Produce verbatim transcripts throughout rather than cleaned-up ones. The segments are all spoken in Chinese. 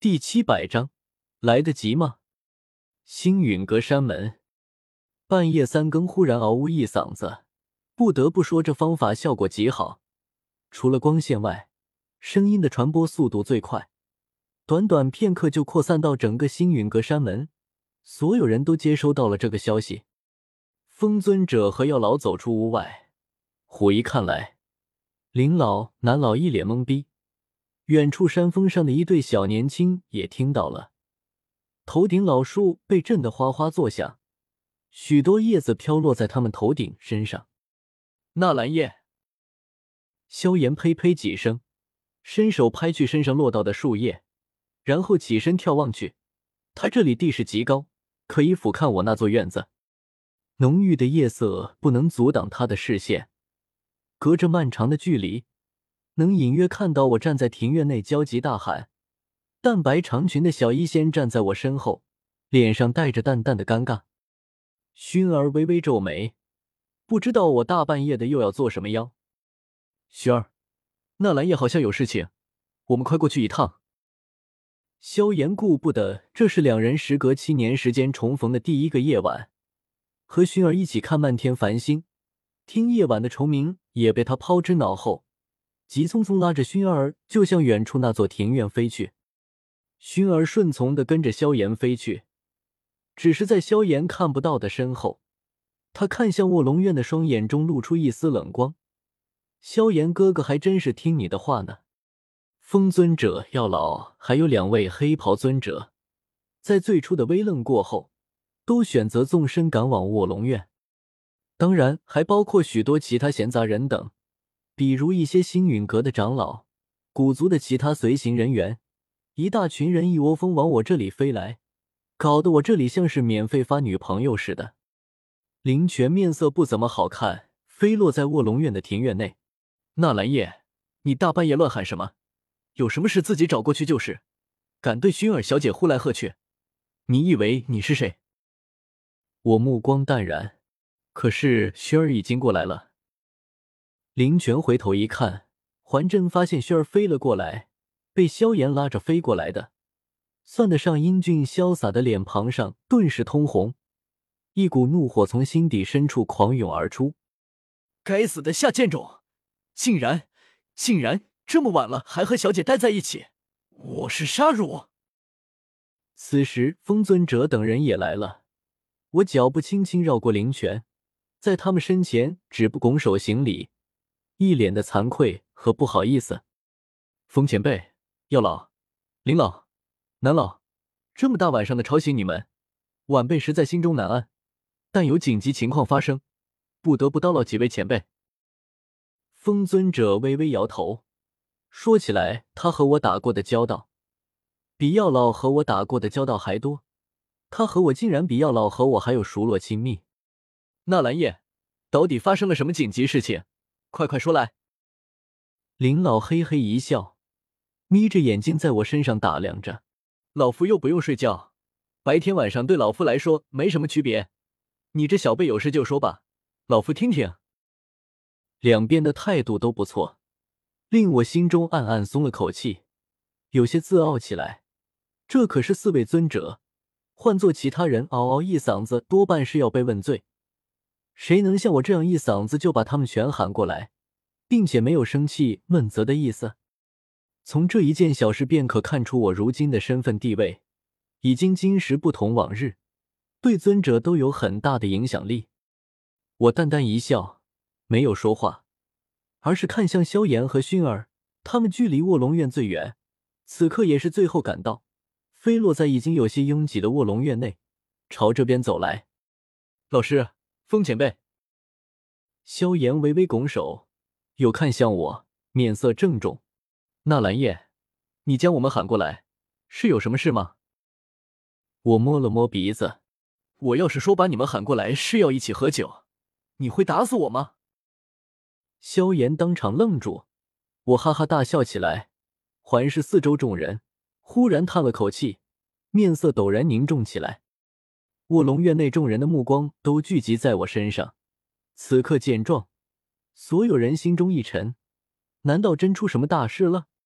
第七百章，来得及吗？星陨阁山门，半夜三更忽然嗷呜一嗓子，不得不说这方法效果极好。除了光线外，声音的传播速度最快，短短片刻就扩散到整个星陨阁山门，所有人都接收到了这个消息。风尊者和药老走出屋外，虎一看来，林老、南老一脸懵逼。远处山峰上的一对小年轻也听到了，头顶老树被震得哗哗作响，许多叶子飘落在他们头顶身上。纳兰叶，萧炎呸呸几声，伸手拍去身上落到的树叶，然后起身眺望去。他这里地势极高，可以俯瞰我那座院子。浓郁的夜色不能阻挡他的视线，隔着漫长的距离，能隐约看到我站在庭院内焦急大喊。淡白长裙的小医仙站在我身后，脸上带着淡淡的尴尬。薰儿微微皱眉，不知道我大半夜的又要做什么妖。薰儿，纳兰叶好像有事情，我们快过去一趟。萧炎顾不得，这是两人时隔七年时间重逢的第一个夜晚，和薰儿一起看漫天繁星，听夜晚的虫鸣也被他抛之脑后，急匆匆拉着薰儿就向远处那座庭院飞去。薰儿顺从地跟着萧炎飞去，只是在萧炎看不到的身后，他看向卧龙院的双眼中露出一丝冷光。萧炎哥哥还真是听你的话呢。风尊者、药老还有两位黑袍尊者，在最初的微愣过后，都选择纵身赶往卧龙院，当然还包括许多其他闲杂人等，比如一些星陨阁的长老、古族的其他随行人员，一大群人一窝蜂往我这里飞来，搞得我这里像是免费发女朋友似的。林泉面色不怎么好看，飞落在卧龙院的庭院内。纳兰叶，你大半夜乱喊什么？有什么事自己找过去就是，敢对薰儿小姐呼来喝去，你以为你是谁？我目光淡然，可是薰儿已经过来了。林泉回头一看，环真发现薰儿飞了过来，被萧炎拉着飞过来的，算得上英俊潇洒的脸庞上顿时通红，一股怒火从心底深处狂涌而出。该死的下贱种，竟然竟然这么晚了还和小姐待在一起，我是杀汝！此时风尊者等人也来了，我脚步轻轻绕过林泉，在他们身前止步拱手行礼，一脸的惭愧和不好意思。风前辈、药老、林老、南老，这么大晚上的吵醒你们，晚辈实在心中难安，但有紧急情况发生，不得不叨唠几位前辈。风尊者微微摇头，说起来他和我打过的交道，比药老和我打过的交道还多，他和我竟然比药老和我还有熟络亲密。纳兰叶，到底发生了什么紧急事情？快快说来。林老嘿嘿一笑，眯着眼睛在我身上打量着。老夫又不用睡觉，白天晚上对老夫来说没什么区别，你这小辈有事就说吧，老夫听听。两边的态度都不错，令我心中暗暗松了口气，有些自傲起来。这可是四位尊者，换做其他人嗷嗷一嗓子多半是要被问罪，谁能像我这样一嗓子就把他们全喊过来，并且没有生气问责的意思？从这一件小事便可看出我如今的身份地位已经今时不同往日，对尊者都有很大的影响力。我淡淡一笑，没有说话，而是看向萧炎和薰儿，他们距离卧龙院最远，此刻也是最后赶到，飞落在已经有些拥挤的卧龙院内，朝这边走来。老师，风前辈。萧炎微微拱手，又看向我，面色郑重。纳兰叶，你将我们喊过来，是有什么事吗？我摸了摸鼻子，我要是说把你们喊过来是要一起喝酒，你会打死我吗？萧炎当场愣住，我哈哈大笑起来，环视四周众人，忽然叹了口气，面色陡然凝重起来。卧龙院内众人的目光都聚集在我身上，此刻见状，所有人心中一沉，难道真出什么大事了？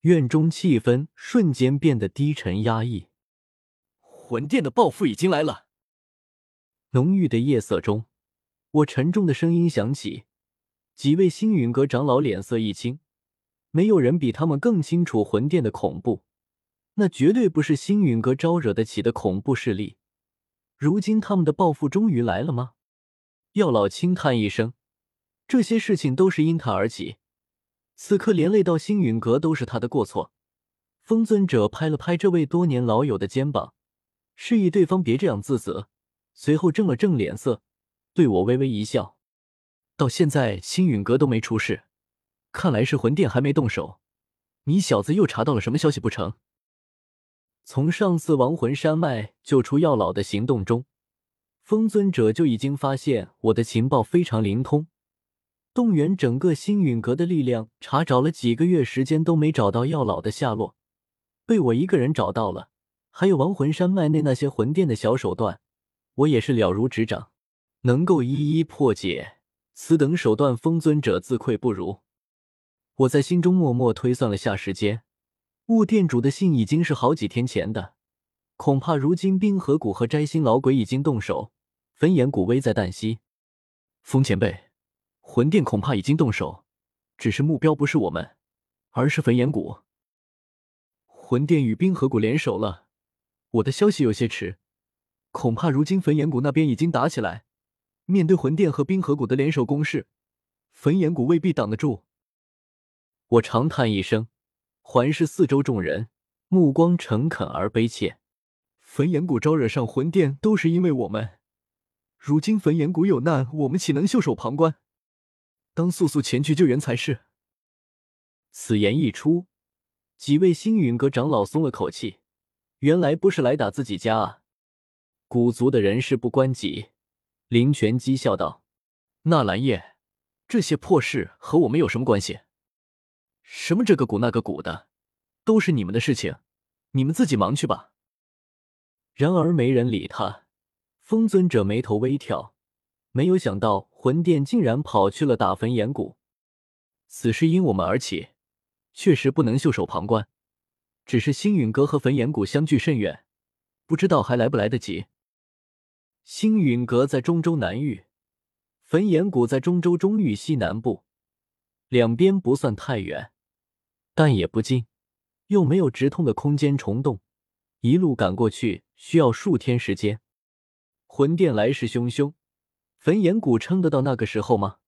院中气氛瞬间变得低沉压抑。魂殿的报复已经来了。浓郁的夜色中，我沉重的声音响起，几位星陨阁长老脸色一青，没有人比他们更清楚魂殿的恐怖，那绝对不是星陨阁招惹得起的恐怖势力。如今他们的报复终于来了吗？药老轻叹一声，这些事情都是因他而起，此刻连累到星陨阁都是他的过错。风尊者拍了拍这位多年老友的肩膀，示意对方别这样自责，随后正了正脸色，对我微微一笑。到现在星陨阁都没出事，看来是魂殿还没动手，你小子又查到了什么消息不成？从上次亡魂山脉救出药老的行动中，风尊者就已经发现我的情报非常灵通，动员整个星陨阁的力量，查找了几个月时间都没找到药老的下落，被我一个人找到了。还有亡魂山脉内那些魂殿的小手段，我也是了如指掌，能够一一破解，此等手段风尊者自愧不如。我在心中默默推算了下时间，雾店主的信已经是好几天前的，恐怕如今冰河谷和摘星老鬼已经动手，焚炎谷危在旦夕。风前辈，魂殿恐怕已经动手，只是目标不是我们，而是焚炎谷。魂殿与冰河谷联手了，我的消息有些迟，恐怕如今焚炎谷那边已经打起来，面对魂殿和冰河谷的联手攻势，焚炎谷未必挡得住。我长叹一声，环视四周众人，目光诚恳而悲切。焚炎谷招惹上魂殿都是因为我们，如今焚炎谷有难，我们岂能袖手旁观？当速速前去救援才是。此言一出，几位星陨阁长老松了口气，原来不是来打自己家啊。古族的人事不关己，林泉讥笑道：纳兰叶，这些破事和我们有什么关系？什么这个谷那个谷的，都是你们的事情，你们自己忙去吧。然而没人理他。风尊者眉头微挑，没有想到魂殿竟然跑去了打焚炎谷。此事因我们而起，确实不能袖手旁观，只是星陨阁和焚炎谷相距甚远，不知道还来不来得及。星陨阁在中州南域，焚炎谷在中州中域西南部，两边不算太远，但也不近，又没有直通的空间虫洞，一路赶过去需要数天时间。魂殿来势汹汹，焚炎谷撑得到那个时候吗？